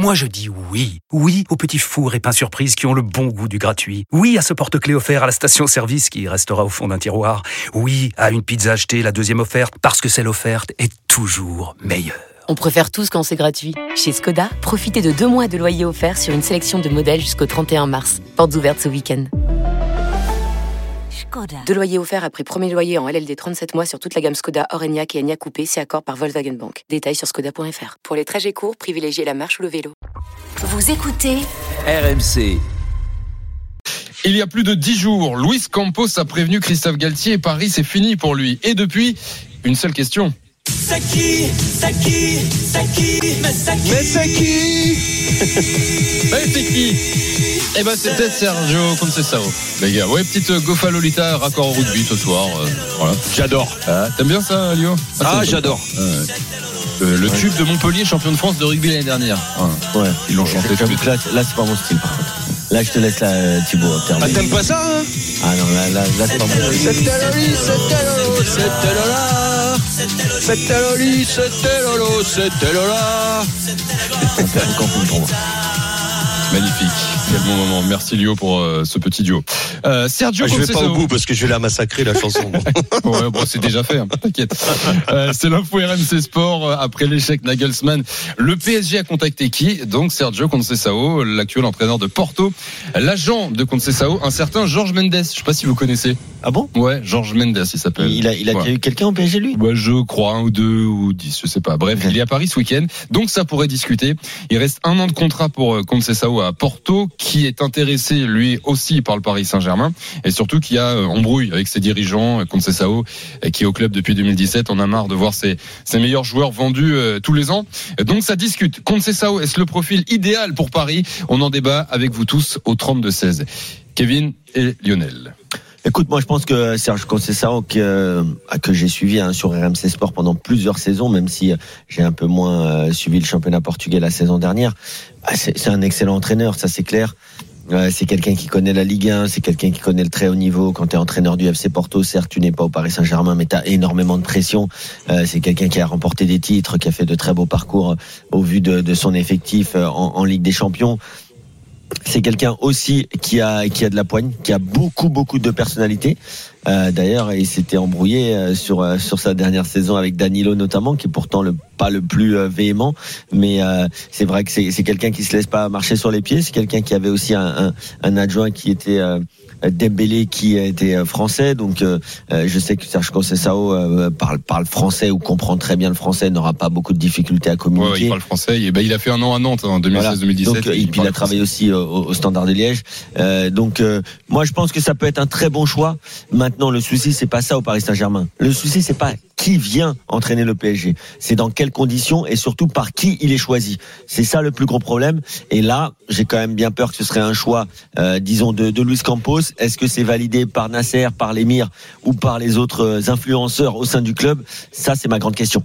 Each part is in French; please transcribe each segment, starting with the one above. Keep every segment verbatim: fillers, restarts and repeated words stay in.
Moi je dis oui. Oui aux petits fours et pains surprises qui ont le bon goût du gratuit. Oui à ce porte-clés offert à la station-service qui restera au fond d'un tiroir. Oui à une pizza achetée, la deuxième offerte, parce que celle offerte est toujours meilleure. On préfère tous quand c'est gratuit. Chez Skoda, profitez de deux mois de loyer offert sur une sélection de modèles jusqu'au trente et un mars. Portes ouvertes ce week-end. Skoda. Deux loyers offerts après premier loyer en L L D trente-sept mois sur toute la gamme Skoda, Orenia et Enyaq Coupé, c'est accord par Volkswagen Bank. Détails sur skoda point f r. Pour les trajets courts, privilégiez la marche ou le vélo. Vous écoutez R M C. Il y a plus de dix jours, Luis Campos a prévenu Christophe Galtier et Paris, c'est fini pour lui. Et depuis, une seule question. C'est qui, c'est qui, c'est qui, mais c'est qui, mais c'est qui Mais c'est qui Eh ben c'était Sergio Conceição. Les gars, ouais, petite Gofa Lolita, raccord au rugby ce soir. Euh, voilà. J'adore. Ah, t'aimes bien ça, Lio? Ah, ah j'adore. Euh, euh, le ouais. tube de Montpellier, champion de France de rugby l'année dernière. Ah, ouais. Ils l'ont chanté. Là, là, c'est pas mon style, par contre. Là, je te laisse là, Thibaut. Ah, t'aimes pas ça, hein? Ah non, là, là, là c'est pas mon style. C'était Loli, c'était Lolo, c'était Lola. C'était Loli, c'était Lolo, c'était Lola. Magnifique. Quel bon moment. Merci Lio pour euh, ce petit duo. Euh, Sergio ah, je Conceição. vais pas au bout parce que je vais la massacrer la chanson. Ouais, bon, c'est déjà fait, hein, t'inquiète. Euh, c'est l'info R M C Sport. Après l'échec Nagelsmann, le P S G a contacté qui? Donc Sergio Conceição, l'actuel entraîneur de Porto, l'agent de Conceição, un certain Jorge Mendes. Je sais pas si vous connaissez. Ah bon? Ouais, Jorge Mendes, il s'appelle. Il a, il a ouais. eu quelqu'un au P S G lui? Ouais, je crois un ou deux ou dix, je sais pas. Bref, okay. Il est à Paris ce week-end, donc ça pourrait discuter. Il reste un an de contrat pour Conceição à Porto, qui est intéressé lui aussi par le Paris Saint-Germain, et surtout qui a embrouille avec ses dirigeants. Conceição, qui est au club depuis deux mille dix-sept, on a marre de voir ses, ses meilleurs joueurs vendus euh, tous les ans. Donc ça discute. Conceição, est-ce le profil idéal pour Paris? On en débat avec vous tous au trente-deux seize. Kevin et Lionel. Écoute, moi je pense que Serge Conceição, que, que j'ai suivi hein, sur R M C Sport pendant plusieurs saisons, même si j'ai un peu moins euh, suivi le championnat portugais la saison dernière, bah, c'est, c'est un excellent entraîneur, ça c'est clair. Euh, c'est quelqu'un qui connaît la Ligue un, c'est quelqu'un qui connaît le très haut niveau. Quand tu es entraîneur du F C Porto, certes tu n'es pas au Paris Saint-Germain, mais tu as énormément de pression. Euh, c'est quelqu'un qui a remporté des titres, qui a fait de très beaux parcours au vu de, de son effectif en, en Ligue des Champions. C'est quelqu'un aussi qui a qui a de la poigne, qui a beaucoup beaucoup de personnalité. Euh, d'ailleurs, il s'était embrouillé sur sur sa dernière saison avec Danilo notamment, qui est pourtant le pas le plus véhément, mais euh, c'est vrai que c'est c'est quelqu'un qui se laisse pas marcher sur les pieds. C'est quelqu'un qui avait aussi un un, un adjoint qui était euh, Dembélé, qui était français, donc euh, je sais que Serge Conceição euh, parle parle français ou comprend très bien le français, n'aura pas beaucoup de difficultés à communiquer. Ouais, il parle français. Et ben il a fait un an à Nantes en deux mille seize deux mille dix-sept. Donc, et puis il a travaillé aussi au, au Standard de Liège. Euh, donc euh, moi je pense que ça peut être un très bon choix. Maintenant le souci c'est pas ça au Paris Saint-Germain. Le souci c'est pas qui vient entraîner le P S G, c'est dans quelles conditions et surtout par qui il est choisi. C'est ça le plus gros problème. Et là, j'ai quand même bien peur que ce serait un choix, euh, disons, de, de Luis Campos. Est-ce que c'est validé par Nasser, par l'émir ou par les autres influenceurs au sein du club? Ça, c'est ma grande question.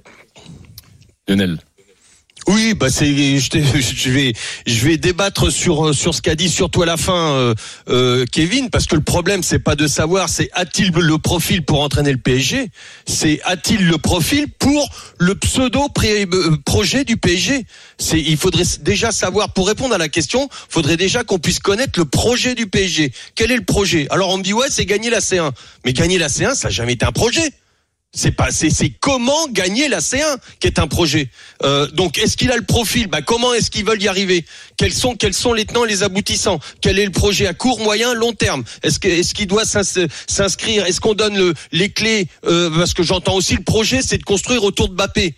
Lionel. Oui, bah c'est, je, je vais, je vais débattre sur sur ce qu'a dit surtout à la fin euh, euh, Kevin, parce que le problème c'est pas de savoir, c'est a-t-il le profil pour entraîner le P S G, c'est a-t-il le profil pour le pseudo projet du P S G. C'est, il faudrait déjà savoir, pour répondre à la question, faudrait déjà qu'on puisse connaître le projet du P S G. Quel est le projet? Alors on me dit ouais, c'est gagner la C un, mais gagner la C un, ça n'a jamais été un projet. C'est pas, c'est, c'est comment gagner la C un qui est un projet. Euh, donc, est-ce qu'il a le profil? Bah, comment est-ce qu'ils veulent y arriver? Quels sont, quels sont les tenants et les aboutissants? Quel est le projet à court, moyen, long terme? Est-ce que, est-ce qu'il doit s'inscrire? Est-ce qu'on donne le, les clés? Euh, parce que j'entends aussi le projet, c'est de construire autour de Mbappé.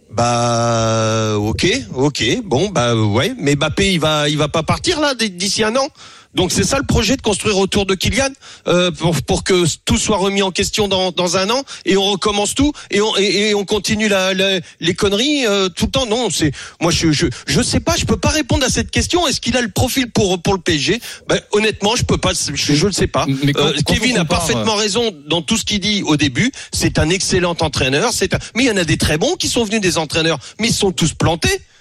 Bah, ok, ok, bon, bah ouais, mais Mbappé, il va, il va pas partir là d'ici un an. Donc c'est ça le projet, de construire autour de Kylian euh, pour, pour que tout soit remis en question dans, dans un an et on recommence tout et on, et, et on continue la, la, les conneries euh, tout le temps. Non, c'est moi je je je sais pas, je peux pas répondre à cette question. Est-ce qu'il a le profil pour pour le P S G? Ben honnêtement, je peux pas, je, je le sais pas. Mais quand, euh, quand Kevin a parfaitement raison dans tout ce qu'il dit au début. C'est un excellent entraîneur. C'est un... mais il y en a des très bons qui sont venus des entraîneurs, mais ils sont tous plantés.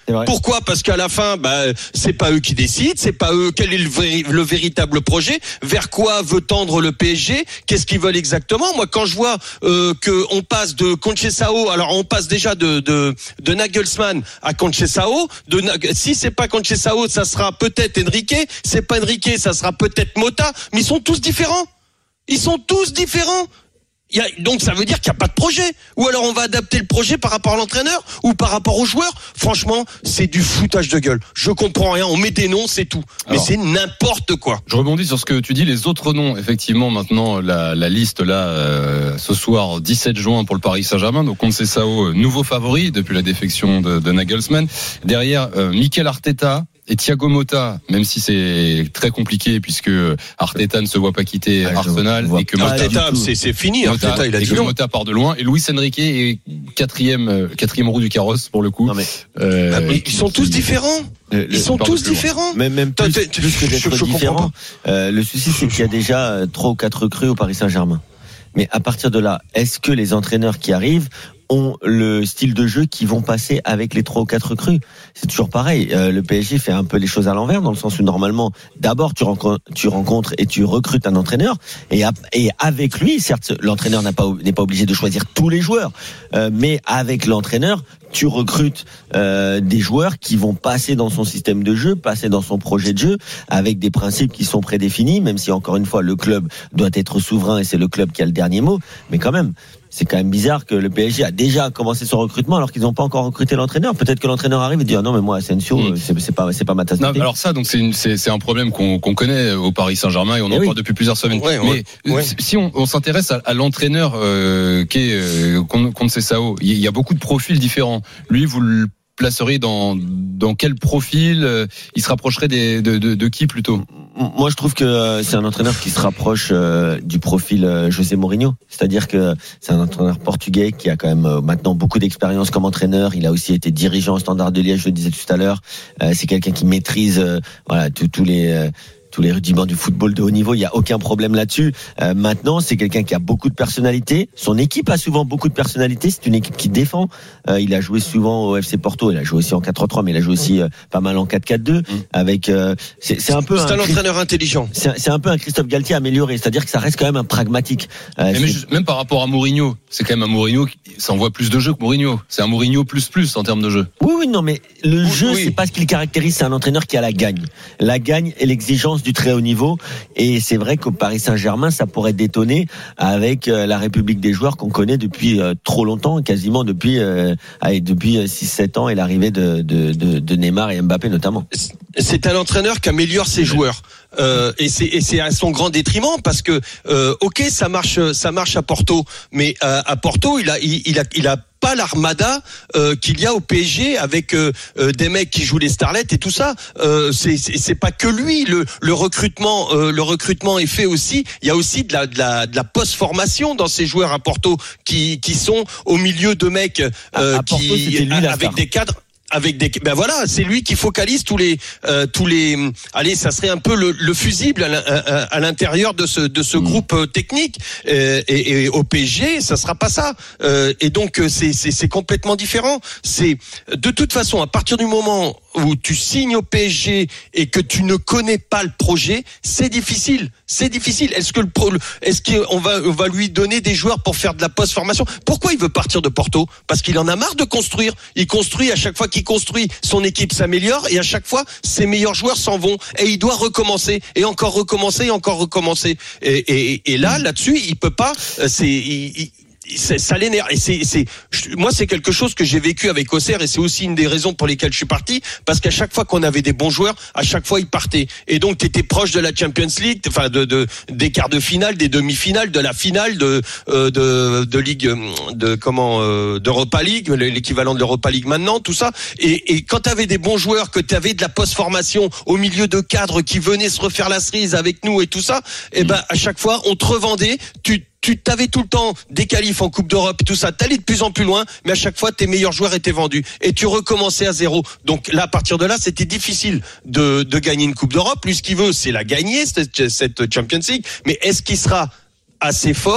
Pourquoi ? Parce qu'à la fin, bah, c'est pas eux qui décident, c'est pas eux. Quel est le, vrai, le véritable projet ? Vers quoi veut tendre le P S G ? Qu'est-ce qu'ils veulent exactement ? Moi, quand je vois euh, que on passe de Conceição, alors on passe déjà de de, de Nagelsmann à Conceição. De si c'est pas Conceição, ça sera peut-être Enrique. C'est pas Enrique, ça sera peut-être Mota. Mais ils sont tous différents. Ils sont tous différents. Il y a, donc ça veut dire qu'il n'y a pas de projet. Ou alors on va adapter le projet par rapport à l'entraîneur ou par rapport aux joueurs. Franchement, c'est du foutage de gueule. Je comprends rien. On met des noms, c'est tout. Mais alors, c'est n'importe quoi. Je rebondis sur ce que tu dis. Les autres noms, effectivement, maintenant la, la liste là, euh, ce soir, dix-sept juin pour le Paris Saint-Germain. Donc Conceição, nouveau favori depuis la défection de, de Nagelsmann. Derrière, euh, Mikel Arteta. Et Thiago Motta, même si c'est très compliqué puisque Arteta ne se voit pas quitter ah, Arsenal et que Motta, Arteta, c'est, c'est fini. Motta, Arteta, il a et dit que non. Motta part de loin. Et Luis Enrique est quatrième, quatrième roue du carrosse pour le coup. Non mais, euh, ah, mais ils sont tous différents. Le, le, ils sont tous différents. Même, même plus, plus que d'être je, je différents. Euh, le souci, c'est qu'il y a déjà trois ou quatre recrues au Paris Saint-Germain. Mais à partir de là, est-ce que les entraîneurs qui arrivent ont le style de jeu qui vont passer avec les trois ou quatre recrues? C'est toujours pareil. Euh, le P S G fait un peu les choses à l'envers, dans le sens où normalement, d'abord tu rencontres, tu rencontres et tu recrutes un entraîneur, et, à, et avec lui, certes, l'entraîneur n'a pas, n'est pas obligé de choisir tous les joueurs, euh, mais avec l'entraîneur, tu recrutes euh, des joueurs qui vont passer dans son système de jeu, passer dans son projet de jeu, avec des principes qui sont prédéfinis, même si encore une fois le club doit être souverain et c'est le club qui a le dernier mot, mais quand même. C'est quand même bizarre que le P S G a déjà commencé son recrutement alors qu'ils n'ont pas encore recruté l'entraîneur. Peut-être que l'entraîneur arrive et dit ah non mais moi Asensio mmh. c'est, c'est pas c'est pas ma tasse de thé. Alors ça donc c'est une, c'est c'est un problème qu'on qu'on connaît au Paris Saint-Germain et on en parle oui. depuis plusieurs semaines. Ouais, ouais, mais ouais. si on, on s'intéresse à, à l'entraîneur euh, qui est euh, Conceição, il y a beaucoup de profils différents. Lui vous le placeriez dans dans quel profil euh, il se rapprocherait des, de, de de qui plutôt? Moi, je trouve que c'est un entraîneur qui se rapproche euh, du profil euh, José Mourinho. C'est-à-dire que c'est un entraîneur portugais qui a quand même euh, maintenant beaucoup d'expérience comme entraîneur. Il a aussi été dirigeant au Standard de Liège, je le disais tout à l'heure. Euh, c'est quelqu'un qui maîtrise euh, voilà tous les euh, tous les rudiments du football de haut niveau, il y a aucun problème là-dessus. Euh, maintenant, c'est quelqu'un qui a beaucoup de personnalité. Son équipe a souvent beaucoup de personnalité. C'est une équipe qui défend. Euh, il a joué souvent au F C Porto. Il a joué aussi en quatre trois trois, mais il a joué aussi euh, pas mal en quatre quatre deux. Mmh. Avec, euh, c'est, c'est un peu. C'est un, un entraîneur Christ... intelligent. C'est un, c'est un peu un Christophe Galtier amélioré. C'est-à-dire que ça reste quand même un pragmatique. Euh, mais juste, même par rapport à Mourinho, c'est quand même un Mourinho qui s'envoie plus de jeux que Mourinho. C'est un Mourinho plus plus en termes de jeu. Oui, oui, non, mais le oui, jeu, oui. c'est pas ce qui le caractérise. C'est un entraîneur qui a la gagne, la gagne et l'exigence du très haut niveau. Et c'est vrai qu'au Paris Saint-Germain, ça pourrait détonner avec la République des joueurs qu'on connaît depuis trop longtemps, quasiment depuis euh, allez, depuis six sept ans et l'arrivée de, de, de, de Neymar et Mbappé notamment. C'est un entraîneur qui améliore ses joueurs. Euh, et c'est et c'est à son grand détriment parce que euh, ok ça marche ça marche à Porto, mais euh, à Porto il a il, il a il a pas l'armada euh, qu'il y a au P S G avec euh, euh, des mecs qui jouent les starlets et tout ça. Euh, c'est, c'est c'est pas que lui. Le le recrutement euh, le recrutement est fait aussi. Il y a aussi de la de la de la post-formation dans ces joueurs à Porto qui qui sont au milieu de mecs euh, à, à Porto, qui lui, avec des cadres. Avec des ben voilà, c'est lui qui focalise tous les euh, tous les allez, ça serait un peu le, le fusible à, à, à l'intérieur de ce de ce mmh. groupe euh, technique euh, et, et au P S G, ça sera pas ça. Euh, et donc c'est c'est c'est complètement différent. C'est de toute façon à partir du moment où tu signes au P S G et que tu ne connais pas le projet, c'est difficile. C'est difficile. Est-ce que le pro, est-ce qu'on va on va lui donner des joueurs pour faire de la post-formation? Pourquoi il veut partir de Porto? Parce qu'il en a marre de construire. Il construit à chaque fois qu'il construit, son équipe s'améliore et à chaque fois ses meilleurs joueurs s'en vont et il doit recommencer et encore recommencer et encore recommencer. Et, et, et là, là-dessus, il peut pas. C'est il, il, C'est, ça l'énerve et c'est, c'est, moi c'est quelque chose que j'ai vécu avec Auxerre et c'est aussi une des raisons pour lesquelles je suis parti parce qu'à chaque fois qu'on avait des bons joueurs, à chaque fois ils partaient et donc t'étais proche de la Champions League, enfin de, de des quarts de finale, des demi-finales, de la finale de euh, de de Ligue de comment euh, d'Europa League, l'équivalent de l'Europa League maintenant, tout ça et, et quand t'avais des bons joueurs, que t'avais de la post-formation au milieu de cadres qui venaient se refaire la cerise avec nous et tout ça, et ben à chaque fois on te revendait, tu tu t'avais tout le temps des qualifs en Coupe d'Europe et tout ça, t'allais de plus en plus loin, mais à chaque fois tes meilleurs joueurs étaient vendus et tu recommençais à zéro. Donc là, à partir de là, c'était difficile de, de gagner une Coupe d'Europe. Lui, ce qu'il veut, c'est la gagner, cette, cette Champions League. Mais est-ce qu'il sera assez fort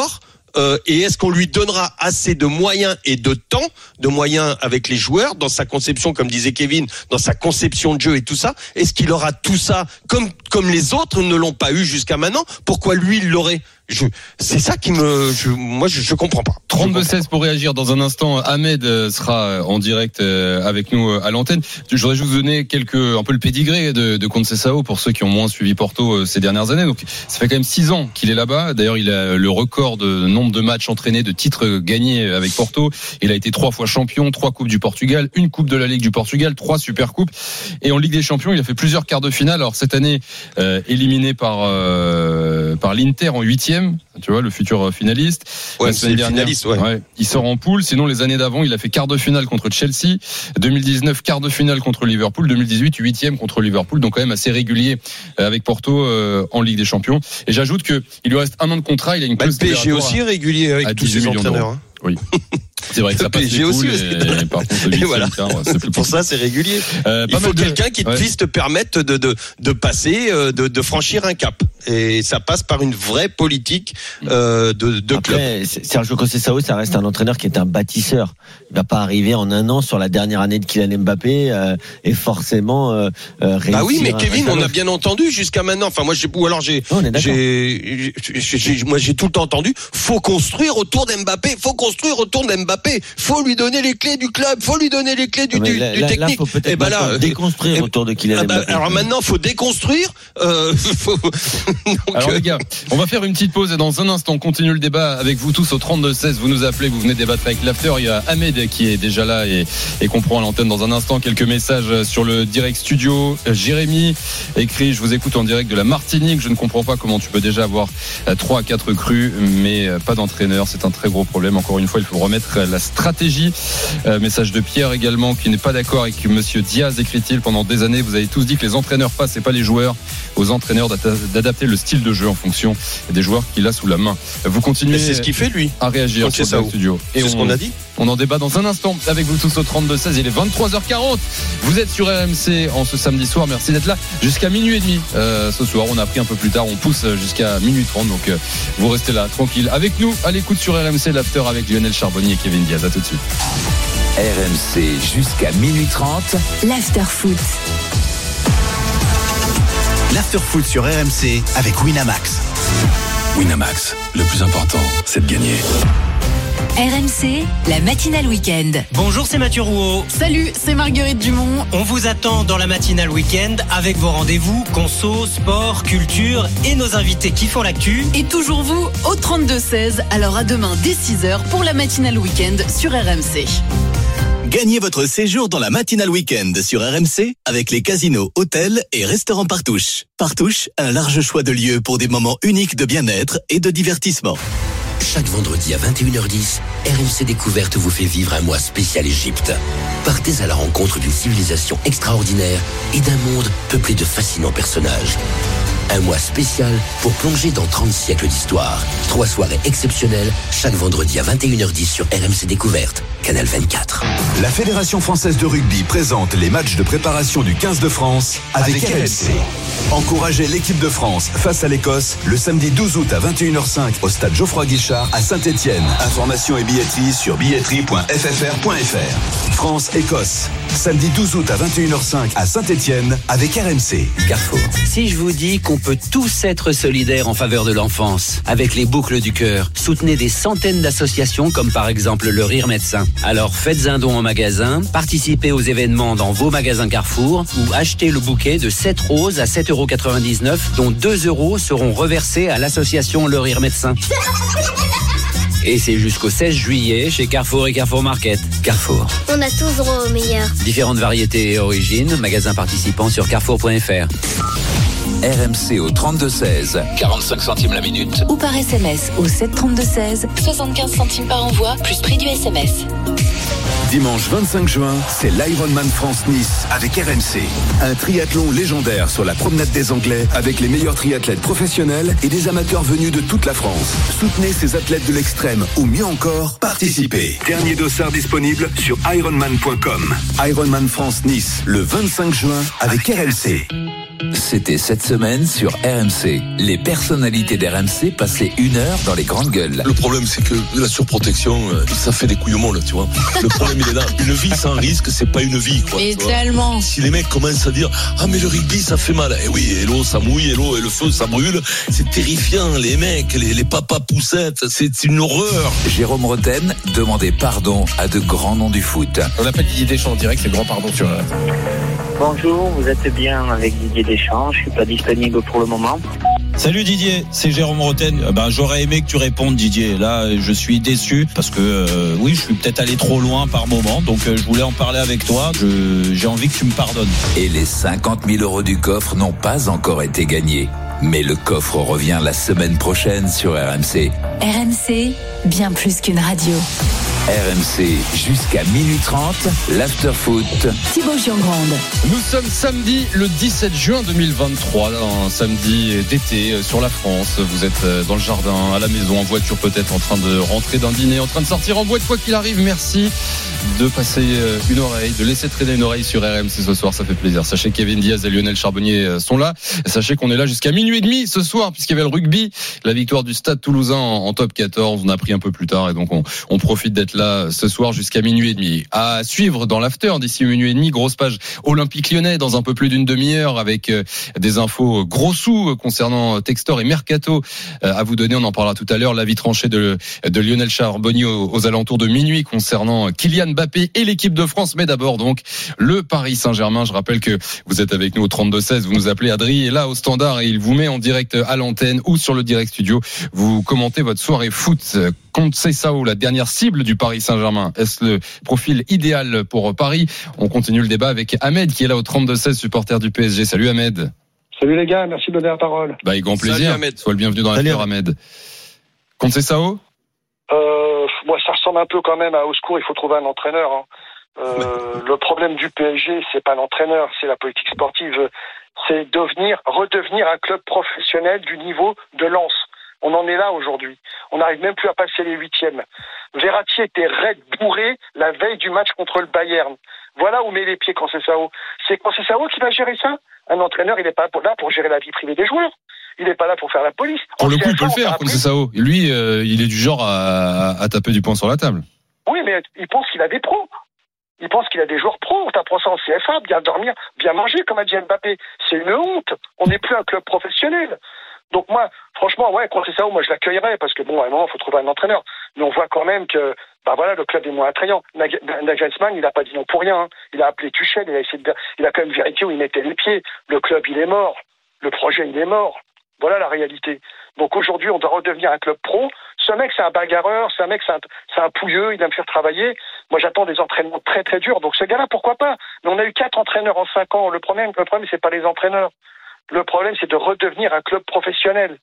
euh, et est-ce qu'on lui donnera assez de moyens et de temps, de moyens avec les joueurs dans sa conception, comme disait Kevin, dans sa conception de jeu et tout ça. Est-ce qu'il aura tout ça comme comme les autres ne l'ont pas eu jusqu'à maintenant? Pourquoi lui il l'aurait? Je, c'est ça qui me, je, moi je, je comprends pas. trente-deux seize pour réagir dans un instant. Ahmed sera en direct avec nous à l'antenne. Je voudrais juste vous donner quelques, un peu le pédigré de, de Conceição pour ceux qui ont moins suivi Porto ces dernières années. Donc ça fait quand même six ans qu'il est là-bas. D'ailleurs il a le record de nombre de matchs entraînés, de titres gagnés avec Porto. Il a été trois fois champion, trois coupes du Portugal, une coupe de la Ligue du Portugal, trois super coupes. Et en Ligue des Champions il a fait plusieurs quarts de finale. Alors cette année euh, éliminé par euh, par l'Inter en huitième. Tu vois, le futur finaliste. Ouais, la semaine dernière, finaliste, ouais. Ouais, il sort en poule. Sinon, les années d'avant, il a fait quart de finale contre Chelsea. deux mille dix-neuf, quart de finale contre Liverpool. deux mille dix-huit, huitième contre Liverpool. Donc quand même assez régulier avec Porto euh, en Ligue des Champions. Et j'ajoute que il lui reste un an de contrat. Il a une bah, clause le P S G aussi régulier avec tous ses entraîneurs. Hein. Oui. C'est vrai que ça passe les poules et, et par contre le voilà. C'est plus pour ça c'est régulier. Euh, Il faut quelqu'un de... qui ouais. puisse te permettre de de de passer de de franchir un cap et ça passe par une vraie politique euh, de de Après, club. Sergio Conceição, ça reste un entraîneur qui est un bâtisseur. Il va pas arriver en un an sur la dernière année de Kylian Mbappé euh, et forcément euh, réussir. Bah oui, mais Kevin, on a bien entendu jusqu'à maintenant. Enfin moi j'ai ou alors j'ai oh, j'ai, j'ai, j'ai moi j'ai tout le temps entendu. Faut construire autour d'Mbappé. Faut construire autour d'Mbappé. Faut lui donner les clés du club, faut lui donner les clés du, du, là, du là, technique. Là, faut peut-être et ben là, déconstruire et, autour de Kylian ah bah, Mbappé. Alors maintenant, faut déconstruire. Euh, faut... Donc, alors les gars, on va faire une petite pause et dans un instant, on continue le débat avec vous tous au trente-deux seize. Vous nous appelez, vous venez débattre avec l'after. Il y a Ahmed qui est déjà là et, et qu'on prend à l'antenne dans un instant. Quelques messages sur le direct studio. Jérémy écrit: je vous écoute en direct de la Martinique. Je ne comprends pas comment tu peux déjà avoir trois à quatre recrues, mais pas d'entraîneur. C'est un très gros problème. Encore une fois, il faut remettre la stratégie. Euh, message de Pierre également qui n'est pas d'accord avec Monsieur Diaz, écrit-il. Pendant des années, vous avez tous dit que les entraîneurs passent et pas les joueurs. Aux entraîneurs d'adapter le style de jeu en fonction des joueurs qu'il a sous la main. Vous continuez. Et c'est ce qu'il fait lui. À réagir Donc sur le studio. Et c'est on, ce qu'on a dit. On en débat dans un instant avec vous tous au trente-deux seize. Il est vingt-trois heures quarante. Vous êtes sur R M C en ce samedi soir. Merci d'être là jusqu'à minuit et demi. Euh, ce soir, on a pris un peu plus tard. On pousse jusqu'à minuit trente. Donc, euh, vous restez là, tranquille. Avec nous, à l'écoute sur R M C, l'after avec Lionel Charbonnier et Kevin Diaz. À tout de suite. R M C jusqu'à minuit trente. L'after foot. L'after foot sur R M C avec Winamax. Winamax, le plus important, c'est de gagner. R M C, la matinale week-end. Bonjour, c'est Mathieu Rouault. Salut, c'est Marguerite Dumont. On vous attend dans la matinale week-end avec vos rendez-vous conso, sport, culture et nos invités qui font l'actu. Et toujours vous au trente-deux seize. Alors à demain dès six heures pour la matinale week-end sur R M C. Gagnez votre séjour dans la matinale week-end sur R M C avec les casinos, hôtels et restaurants Partouche. Partouche, un large choix de lieux pour des moments uniques de bien-être et de divertissement. Chaque vendredi à vingt et une heures dix, R M C Découverte vous fait vivre un mois spécial Égypte. Partez à la rencontre d'une civilisation extraordinaire et d'un monde peuplé de fascinants personnages. Un mois spécial pour plonger dans trente siècles d'histoire. Trois soirées exceptionnelles, chaque vendredi à vingt et une heures dix sur R M C Découverte, Canal vingt-quatre. La Fédération française de rugby présente les matchs de préparation du quinze de France avec, avec R M C. Encouragez l'équipe de France face à l'Écosse le samedi douze août à vingt et une heures cinq au stade Geoffroy Guichard à Saint-Étienne. Informations et billetterie sur billetterie point f f r point f r. France-Écosse, samedi douze août à vingt et une heures cinq à Saint-Étienne avec R M C. Carrefour. Si je vous dis qu'on peut tous être solidaires en faveur de l'enfance, avec les boucles du cœur, soutenez des centaines d'associations comme par exemple le Rire Médecin. Alors faites un don en magasin, participez aux événements dans vos magasins Carrefour ou achetez le bouquet de sept roses à sept euros quatre-vingt-dix-neuf dont deux euros seront reversés à l'association Le Rire Médecin. Et c'est jusqu'au seize juillet chez Carrefour et Carrefour Market. Carrefour. On a tous droit au meilleur. Différentes variétés et origines, magasins participants sur carrefour point f r. R M C au trente-deux seize, quarante-cinq centimes la minute. Ou par S M S au sept trente-deux seize, soixante-quinze centimes par envoi, plus prix du S M S. Dimanche vingt-cinq juin, c'est l'Ironman France-Nice avec R M C. Un triathlon légendaire sur la promenade des Anglais avec les meilleurs triathlètes professionnels et des amateurs venus de toute la France. Soutenez ces athlètes de l'extrême ou mieux encore, participez. Dernier dossard disponible sur ironman point com. Ironman France-Nice le vingt-cinq juin avec R M C. C'était cette semaine sur R M C. Les personnalités d'R M C passaient une heure dans les grandes gueules. Le problème, c'est que la surprotection, ça fait des couilles au monde, tu vois. Le problème, il est là. Une vie sans risque, c'est pas une vie, quoi. Et tellement. Si les mecs commencent à dire, ah, mais le rugby, ça fait mal. Eh oui, et l'eau, ça mouille, et l'eau, et le feu, ça brûle. C'est terrifiant, les mecs, les, les papas poussettes. C'est une horreur. Jérôme Roten demandait pardon à de grands noms du foot. On appelle Didier Deschamps en direct, c'est grand pardon sur R M C. Bonjour, vous êtes bien avec Didier Deschamps, je suis pas disponible pour le moment. Salut Didier, c'est Jérôme Roten. Ben, j'aurais aimé que tu répondes Didier. Là, je suis déçu parce que euh, oui, je suis peut-être allé trop loin par moment. Donc, euh, je voulais en parler avec toi. Je, j'ai envie que tu me pardonnes. Et les cinquante mille euros du coffre n'ont pas encore été gagnés. Mais le coffre revient la semaine prochaine sur R M C. R M C, bien plus qu'une radio. R M C jusqu'à minuit trente, l'afterfoot. Thibaut Giangrande. Nous sommes samedi le dix-sept juin deux mille vingt-trois, un samedi d'été sur la France. Vous êtes dans le jardin, à la maison, en voiture peut-être, en train de rentrer d'un dîner, en train de sortir en boîte, quoi qu'il arrive. Merci de passer une oreille, de laisser traîner une oreille sur R M C ce soir, ça fait plaisir. Sachez que Kevin Diaz et Lionel Charbonnier sont là. Sachez qu'on est là jusqu'à minuit et demi ce soir, puisqu'il y avait le rugby, la victoire du Stade Toulousain en, en top quatorze. On a pris un peu plus tard et donc on, on profite d'être là ce soir jusqu'à minuit et demi. À suivre dans l'after d'ici minuit et demi, grosse page Olympique Lyonnais dans un peu plus d'une demi-heure avec des infos gros sous concernant Textor et Mercato à vous donner. On en parlera tout à l'heure. L'avis tranché de, de Lionel Charbonnier aux, aux alentours de minuit concernant Kylian Mbappé et l'équipe de France. Mais d'abord donc le Paris Saint-Germain. Je rappelle que vous êtes avec nous au trente-deux seize. Vous nous appelez Adri est là au standard et il vous met en direct à l'antenne ou sur le direct studio. Vous commentez votre soirée foot. Conceição, la dernière cible du Paris Saint-Germain. Est-ce le profil idéal pour Paris? On continue le débat avec Ahmed qui est là au trente-deux seize, supporter du P S G. Salut Ahmed. Salut les gars, merci de donner la parole. Bah, avec grand plaisir. Salut Ahmed. Sois le bienvenu dans l'after Ahmed. Conceição? Euh, moi, ça ressemble un peu quand même à au secours, il faut trouver un entraîneur. Hein. Euh, le problème du P S G, c'est pas l'entraîneur, c'est la politique sportive. C'est devenir, redevenir un club professionnel du niveau de Lens. On en est là aujourd'hui. On n'arrive même plus à passer les huitièmes. Verratti était raide, bourré la veille du match contre le Bayern. Voilà où met les pieds Conceição. C'est Conceição qui va gérer ça. Un entraîneur, il n'est pas là pour gérer la vie privée des joueurs. Il n'est pas là pour faire la police. Pour le coup, il peut le faire, Conceição. Lui, euh, il est du genre à, à taper du poing sur la table. Oui, mais il pense qu'il a des pros. Il pense qu'il a des joueurs pros. On t'apprend ça en C F A, bien dormir, bien manger, comme a dit Mbappé. C'est une honte. On n'est plus un club professionnel. Donc moi, franchement, ouais, Conceição, moi je l'accueillerais parce que bon, à un moment, il faut trouver un entraîneur. Mais on voit quand même que, bah voilà, le club est moins attrayant. Nagelsmann, il a pas dit non pour rien. Hein. Il a appelé Tuchel, il a essayé de, il a quand même vérifié où il mettait les pieds. Le club, il est mort. Le projet, il est mort. Voilà la réalité. Donc aujourd'hui, on doit redevenir un club pro. Ce mec, c'est un bagarreur. Ce mec, c'est un, c'est un pouilleux. Il aime faire travailler. Moi, j'attends des entraînements très très durs. Donc ce gars-là, pourquoi pas? Mais on a eu quatre entraîneurs en cinq ans. Le problème, le problème, c'est pas les entraîneurs. Le problème, c'est de redevenir un club professionnel.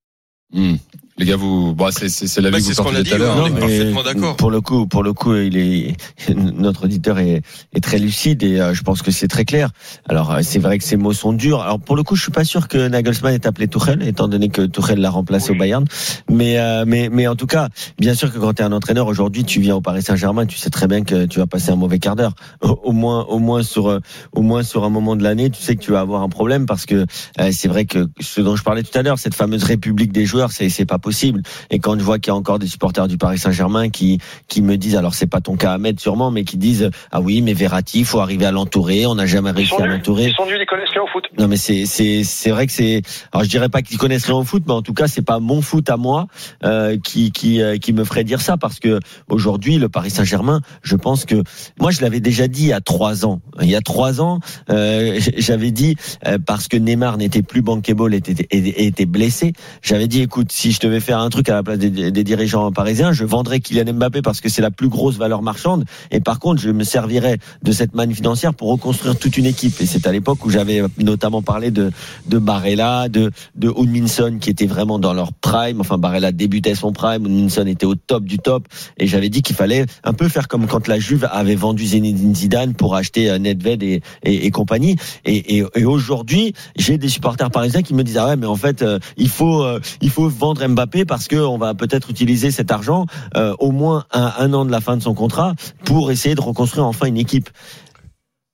Mmh. Les gars, vous, bah, c'est, c'est, c'est la bah, vie que vous partagez tout à l'heure. Non, parfaitement d'accord. Pour le coup, pour le coup, il est, notre auditeur est, est très lucide et euh, je pense que c'est très clair. Alors, euh, c'est vrai que ces mots sont durs. Alors, pour le coup, je suis pas sûr que Nagelsmann ait appelé Tuchel, étant donné que Tuchel l'a remplacé oui. au Bayern. Mais, euh, mais, mais en tout cas, bien sûr que quand tu es un entraîneur aujourd'hui, tu viens au Paris Saint-Germain, tu sais très bien que tu vas passer un mauvais quart d'heure. Au, au moins, au moins sur, euh, au moins sur un moment de l'année, tu sais que tu vas avoir un problème parce que euh, c'est vrai que ce dont je parlais tout à l'heure, cette fameuse république des joueurs, c'est, c'est pas possible. Et quand je vois qu'il y a encore des supporters du Paris Saint-Germain qui qui me disent, alors c'est pas ton cas Ahmed sûrement, mais qui disent ah oui mais Verratti, il faut arriver à l'entourer, on n'a jamais réussi à l'entourer. Ils sont nuls, ils connaissent rien au foot. Non mais c'est c'est c'est vrai que c'est, alors je dirais pas qu'ils connaissent rien au foot, mais en tout cas c'est pas mon foot à moi euh, qui qui euh, qui me ferait dire ça, parce que aujourd'hui le Paris Saint-Germain, je pense que moi je l'avais déjà dit il y a trois ans. Il y a trois ans, euh, j'avais dit euh, parce que Neymar n'était plus bankable, était était, était blessé, j'avais dit écoute, si je devais faire un truc à la place des, des dirigeants parisiens, je vendrais Kylian Mbappé parce que c'est la plus grosse valeur marchande, et par contre je me servirais de cette manne financière pour reconstruire toute une équipe. Et c'est à l'époque où j'avais notamment parlé de de Barella, de de Hudminson qui était vraiment dans leur prime. Enfin Barella débutait son prime, Hudminson était au top du top, et j'avais dit qu'il fallait un peu faire comme quand la Juve avait vendu Zinedine Zidane pour acheter Nedved et, et, et compagnie. Et, et, et aujourd'hui j'ai des supporters parisiens qui me disent ah ouais mais en fait euh, il faut euh, il faut vendre Mbappé parce que on va peut-être utiliser cet argent euh, au moins un, un an de la fin de son contrat pour essayer de reconstruire enfin une équipe.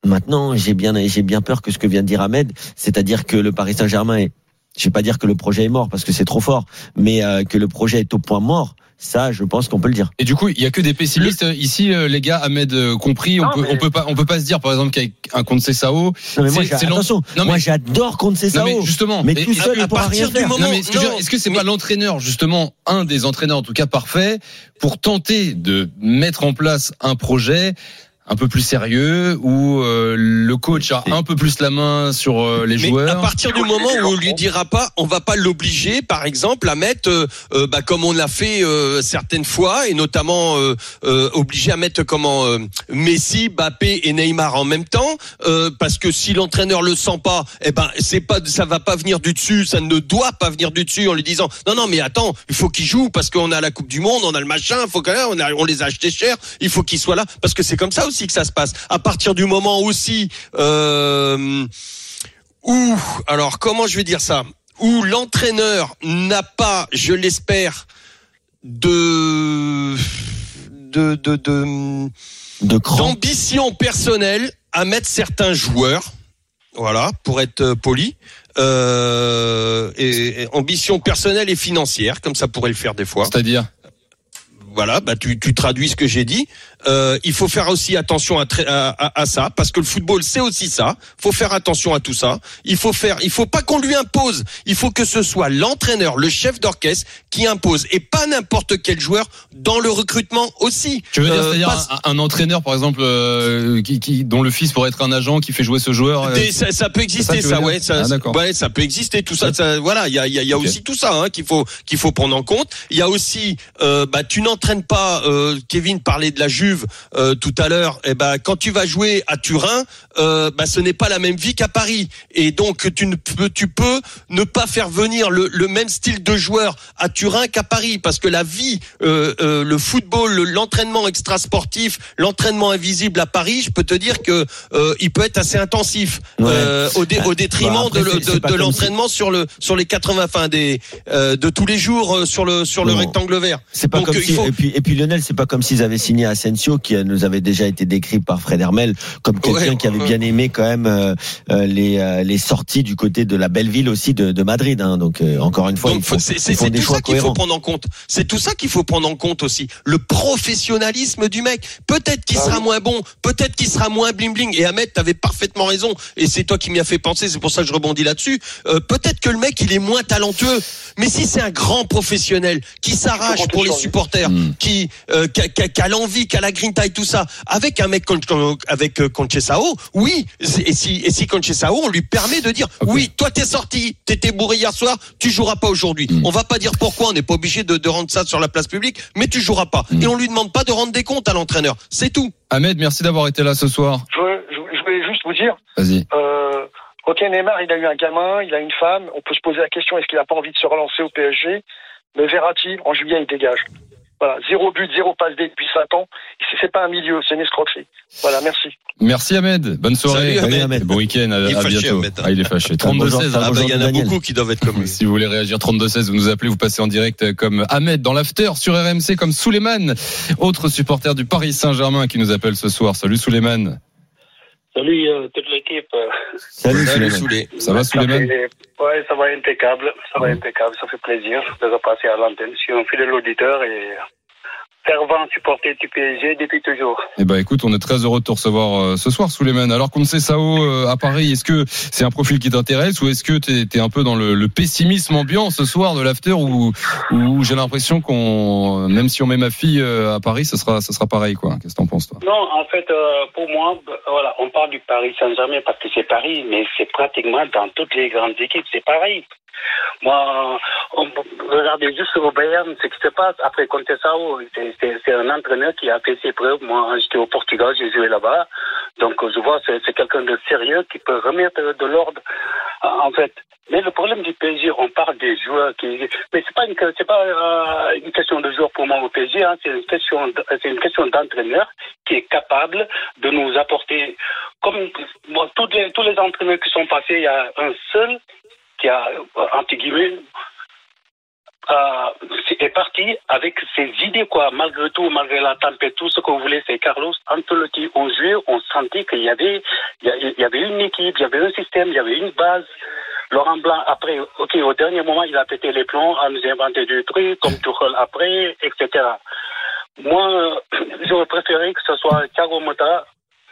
Maintenant, j'ai bien, j'ai bien peur que ce que vient de dire Ahmed, c'est-à-dire que le Paris Saint-Germain est, je vais pas dire que le projet est mort parce que c'est trop fort, mais euh, que le projet est au point mort. Ça, je pense qu'on peut le dire. Et du coup, il y a que des pessimistes le... ici, les gars. Ahmed euh, compris. On non, peut, mais... on peut pas, on peut pas se dire, par exemple, qu'avec un Conceição. Non mais moi, c'est, c'est attention. Non, mais... Moi, j'adore Conceição. Non mais justement. Mais tout et, seul, à, il pourra rien faire. Moment, non, mais non, dire, est-ce que c'est mais... pas l'entraîneur, justement, un des entraîneurs, en tout cas parfait, pour tenter de mettre en place un projet un peu plus sérieux, où euh, le coach a un peu plus la main sur euh, les mais joueurs. À partir du moment où on lui dira pas, on va pas l'obliger, par exemple, à mettre, euh, euh, bah, comme on l'a fait euh, certaines fois, et notamment euh, euh, obligé à mettre comment euh, Messi, Mbappé et Neymar en même temps, euh, parce que si l'entraîneur le sent pas, eh ben c'est pas, ça va pas venir du dessus, ça ne doit pas venir du dessus en lui disant non non mais attends, il faut qu'il joue parce qu'on a la Coupe du Monde, on a le machin, faut qu'on on, a, on les a achetés cher, il faut qu'il soit là, parce que c'est comme ça aussi que ça se passe. À partir du moment aussi euh, où, alors comment je vais dire ça, où l'entraîneur n'a pas, je l'espère, de de de, de, de d'ambition personnelle à mettre certains joueurs, voilà, pour être poli. Euh, et, et ambition personnelle et financière, comme ça pourrait le faire des fois. C'est-à-dire? Voilà, bah tu, tu traduis ce que j'ai dit. Euh, il faut faire aussi attention à, à, à, à ça, parce que le football c'est aussi ça. Faut faire attention à tout ça. Il faut faire, il faut pas qu'on lui impose. Il faut que ce soit l'entraîneur, le chef d'orchestre qui impose, et pas n'importe quel joueur dans le recrutement aussi. Tu veux dire, euh, c'est-à-dire pas... un, un entraîneur, par exemple, euh, qui, qui, dont le fils pourrait être un agent qui fait jouer ce joueur. Euh... Des, ça, ça peut exister, ça, ça ouais, ça, ah, ouais, ça peut exister, tout ça. ça voilà, il y a, il y a, il y a okay. aussi tout ça hein, qu'il faut, qu'il faut prendre en compte. Il y a aussi, euh, bah, tu n'entraînes pas. Euh, Kevin parlait de la Juve euh, tout à l'heure. Et ben, quand tu vas jouer à Turin, euh, bah, ce n'est pas la même vie qu'à Paris. Et donc, tu ne peux, tu peux ne pas faire venir le, le même style de joueur à Turin qu'à Paris, parce que la vie, euh, euh, le football, le, l'entraînement extrasportif, l'entraînement invisible à Paris, je peux te dire que euh, il peut être assez intensif ouais. euh, au, dé, au détriment bah après, de, c'est, c'est de, de l'entraînement si... sur le sur les quatre-vingts, enfin des euh, de tous les jours euh, sur le sur non. le rectangle vert. C'est pas donc, comme si, faut... et puis et puis Lionel, c'est pas comme s'ils avaient signé Asensio, qui nous avait déjà été décrit par Fred Hermel comme quelqu'un ouais, qui avait bien aimé quand même euh, les euh, les sorties du côté de la belle ville aussi de, de Madrid. Hein. Donc euh, encore une fois, donc, il faut, c'est, c'est, il faut c'est des tout choix ça qu'il cohérents. faut prendre en compte. C'est tout ça qu'il faut prendre en compte aussi. Le professionnalisme du mec. Peut-être qu'il ah, sera oui. moins bon, peut-être qu'il sera moins bling bling. Et Ahmed, t'avais parfaitement raison. Et c'est toi qui m'y as fait penser. C'est pour ça que je rebondis là-dessus. Euh, peut-être que le mec il est moins talentueux. Mais si c'est un grand professionnel qui s'arrache pour les supporters, mmh. qui euh, qui, a, qui, a, qui a l'envie, qui a la grinta et tout ça, avec un mec avec euh, Conceição, oui. Et si et si Conceição, on lui permet de dire okay. oui, toi t'es sorti, t'étais bourré hier soir, tu joueras pas aujourd'hui. Mmh. On va pas dire pourquoi, on n'est pas obligé de, de rendre ça sur la place publique, mais tu joueras pas. Mmh. Et on lui demande pas de rendre des comptes à l'entraîneur. C'est tout. Ahmed, merci d'avoir été là ce soir. Je voulais, je voulais juste vous dire. Vas-y. Euh, ok, Neymar, il a eu un gamin, il a une femme. On peut se poser la question, est-ce qu'il a pas envie de se relancer au P S G? Mais Verratti, en juillet, il dégage. Voilà, zéro but, zéro passe D depuis cinq ans. C'est pas un milieu, c'est une escroquerie. Voilà, merci. Merci Ahmed, bonne soirée. Salut, Ahmed. Ahmed. Bon week-end, à, à fâché, bientôt. Ahmed. Ah, il est fâché. trente-deux seize. Ah, bah, il y en a beaucoup qui doivent être comme lui. Si vous voulez réagir, trente-deux seize, vous nous appelez, vous passez en direct comme Ahmed dans l'after sur R M C, comme Souleymane, autre supporter du Paris Saint-Germain qui nous appelle ce soir. Salut Souleymane. Salut euh, toute l'équipe. Salut, Salut Souley. Ça va Souleymane? Ouais, ça va impeccable. Ça va impeccable. Ça fait plaisir de repasser à l'antenne. Je suis un fidèle auditeur et fervent supporter du P S G depuis toujours. Eh ben écoute, on est très heureux de te recevoir euh, ce soir, Souleymane. Alors Conceição euh, à Paris, est-ce que c'est un profil qui t'intéresse ou est-ce que t'es, t'es un peu dans le, le pessimisme ambiant ce soir de l'after où, où j'ai l'impression qu'on, même si on met ma fille euh, à Paris, ce sera, ce sera pareil quoi. Qu'est-ce que t'en penses toi? Non, en fait, euh, pour moi, voilà, on parle du Paris Saint-Germain parce que c'est Paris, mais c'est pratiquement dans toutes les grandes équipes, c'est pareil. Moi, on, regardez juste au Bayern, ce qui se passe après Conceição, c'est, c'est, c'est un entraîneur qui a fait ses preuves. Moi, j'étais au Portugal, j'ai joué là-bas, donc je vois c'est, c'est quelqu'un de sérieux qui peut remettre de l'ordre, en fait. Mais le problème du P S G, on parle des joueurs qui, mais c'est pas une, c'est pas euh, une question de joueurs pour moi au P S G, hein, c'est une question, c'est une question d'entraîneur qui est capable de nous apporter, comme bon, tous les tous les entraîneurs qui sont passés, il y a un seul qui a, entre guillemets, euh, est parti avec ses idées, quoi. Malgré tout, malgré la tempête, tout ce que vous voulez, c'est Carlos Ancelotti. On jouait, on sentait qu'il y avait, il y avait une équipe, il y avait un système, il y avait une base. Laurent Blanc, après, ok, au dernier moment, il a pété les plombs à nous inventer des trucs, comme Tuchel après, et cetera. Moi, j'aurais préféré que ce soit Thiago Motta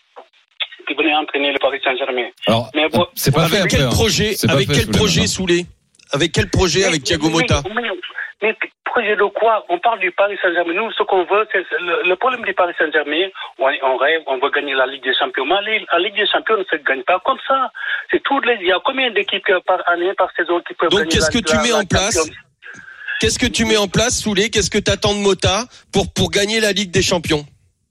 qui venait entraîner le Paris Saint-Germain. Alors, mais bon, c'est pas avec fait quel après, projet, c'est pas avec fait, quel Souleymane. projet Soulé Avec quel projet mais, avec Thiago Motta mais, mais, mais projet de quoi? On parle du Paris Saint-Germain. Nous, ce qu'on veut, c'est le, le problème du Paris Saint-Germain. On, on rêve, on veut gagner la Ligue des Champions. Mais la Ligue des Champions ne se gagne pas comme ça. C'est toutes les. Il y a combien d'équipes par année, par saison qui peuvent Donc, gagner qu'est-ce la, que tu la, mets la en place Champions? Qu'est-ce que tu mets en place, Soulé? Qu'est-ce que tu attends de Motta pour, pour gagner la Ligue des Champions?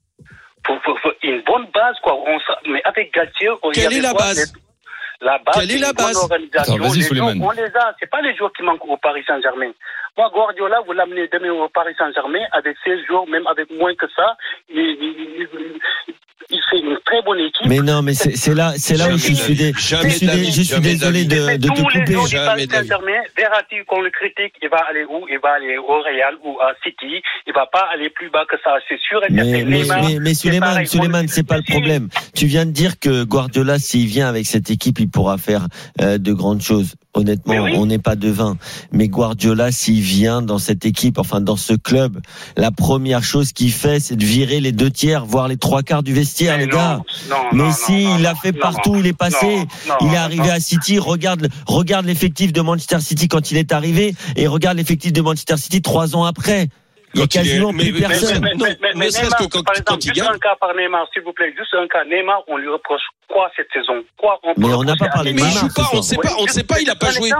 Pour, pour, pour une bonne base, quoi. On, mais avec Galtier, on Quelle est la quoi, base les, La base, Quelle est la base Attends, vas-y, les Souleymane. joueurs, on les a. C'est pas les joueurs qui manquent au Paris Saint-Germain. Moi, Guardiola, vous l'amenez demain au Paris Saint-Germain avec seize joueurs, même avec moins que ça. Il, il, il, il fait une très bonne équipe. Mais non, mais c'est, c'est là, c'est là où je suis, dé, je suis, dé, je suis désolé de, de te tous les couper. joueurs du Paris Saint-Germain, Verratti, qu'on le critique, il va aller où? Il va aller au Real ou à City. Il va pas aller plus bas que ça. C'est sûr et certain. Mais, mais, mais, mais Souleymane, Souleymane, c'est pas le problème. Tu viens de dire que Guardiola, s'il vient avec cette équipe, il pourra faire euh, de grandes choses. Honnêtement, oui. On n'est pas devin. Mais Guardiola, s'il vient dans cette équipe, enfin dans ce club, la première chose qu'il fait, c'est de virer les deux tiers, voire les trois quarts du vestiaire, mais les non, gars. Non, mais non, si, non, il l'a non, fait non, partout, non, il est passé. Non, non, il est arrivé non. à City. Regarde, regarde l'effectif de Manchester City quand il est arrivé, et regarde l'effectif de Manchester City trois ans après. Il y a quasiment plus personne. Mais, mais, mais, mais Neymar, que quand, par exemple, quand il juste gagne. Un cas par Neymar, s'il vous plaît, juste un cas. Neymar, on lui reproche quoi cette saison? Quoi on Mais on n'a pas parlé de Neymar. Mais il joue pas, on ne sait pas, on ne sait pas, il a pas joué.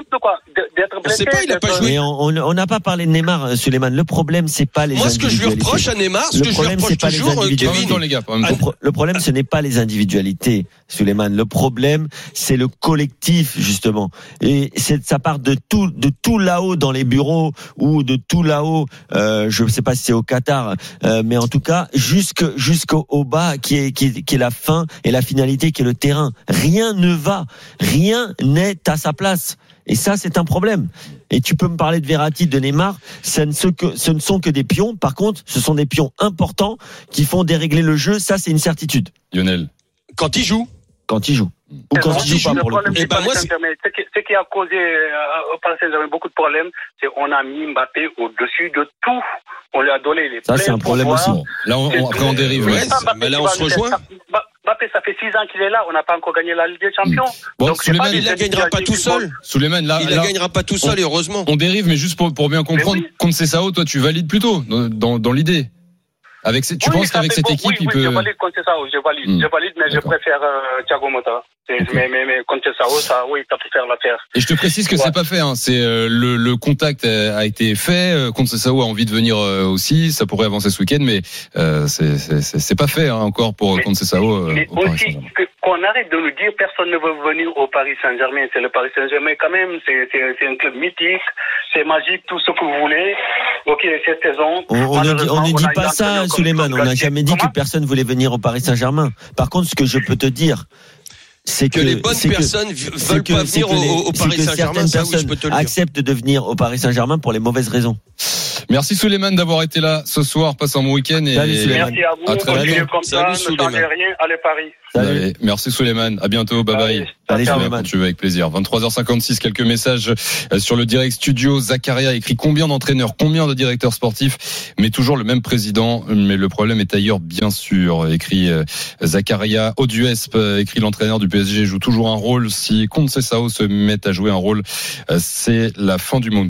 On ne sait pas, il a pas joué. Mais on n'a pas parlé de Neymar, Souleymane. Le problème, c'est pas les Moi, ce que je lui reproche à Neymar, ce que je lui reproche toujours, Kevin. Les gars, le problème, ce n'est pas les individualités, Souleymane. Le problème, c'est le collectif, justement. Et c'est, ça part de tout, de tout là-haut dans les bureaux ou de tout là-haut, euh, je ne sais pas si c'est au Qatar, euh, mais en tout cas, jusque, jusqu'au au bas, qui est, qui est, qui est la fin et la finalité, qui est le terrain. Rien ne va. Rien n'est à sa place. Et ça, c'est un problème. Et tu peux me parler de Verratti, de Neymar, ça ne, que, ce ne sont que des pions. Par contre, ce sont des pions importants qui font dérégler le jeu. Ça, c'est une certitude. Lionel. Quand il joue. Quand il joue. Ou quand il joue pas, pour le coup. Et ben moi, ce qui a causé euh, au Paris Saint-Germain beaucoup de problèmes, c'est qu'on a mis Mbappé au-dessus de tout. On lui a donné les Ça, c'est un problème aussi. Là, on, on, après, on dérive. Ouais. Mbappé, mais là, on se rejoint. Mbappé, ça fait six ans qu'il est là. On n'a pas encore gagné la Ligue des Champions. Bon, donc, Souleymane, il la gagnera pas tout seul. Souleymane, là, il là, la gagnera pas tout seul, on, heureusement. On dérive, mais juste pour, pour bien comprendre, oui. contre Cessao, toi, tu valides plutôt dans, dans, dans l'idée. Avec, tu oui, penses qu'avec cette bon, équipe, oui, il oui, peut. Je valide contre Cessao, je valide, mmh. je valide, mais D'accord. je préfère euh, Thiago Motta. Okay. Mais, mais, mais contre Cessao, ça, oui, ça peut faire l'affaire. Et je te précise que ouais. c'est pas fait. Hein. C'est euh, le, le contact a été fait. Euh, contre Cessao a envie de venir euh, aussi. Ça pourrait avancer ce week-end, mais euh, c'est, c'est, c'est, c'est pas fait hein, encore pour contre Cessao. Euh, mais aussi que, qu'on arrête de nous dire personne ne veut venir au Paris Saint-Germain. C'est le Paris Saint-Germain quand même. C'est, c'est, c'est un club mythique. C'est magique, tout ce que vous voulez. Ok, cette saison. On, on ne dit, on ne dit pas ça, Souleymane. On n'a jamais dit que personne voulait venir au Paris Saint-Germain. Par contre, ce que je peux te dire, c'est que, que les bonnes c'est personnes que, veulent pas venir les, au, au Paris Saint-Germain. Ça, oui, je peux te le dire. Acceptent de venir au Paris Saint-Germain pour les mauvaises raisons. Merci Souleymane d'avoir été là ce soir. Passe un bon week-end. Et Salut, merci à vous. À très bientôt. Comme ça, ne changez rien. Allez Paris. Allez, merci Souleymane. À bientôt. Bye bye. Allez, Souleymane. Tu veux avec plaisir. vingt-trois heures cinquante-six. Quelques messages sur le direct studio. Zakaria écrit combien d'entraîneurs, combien de directeurs sportifs, mais toujours le même président. Mais le problème est ailleurs, bien sûr. Écrit Zakaria. Auduesp écrit l'entraîneur du P S G joue toujours un rôle. Si Conceição se met à jouer un rôle, c'est la fin du monde.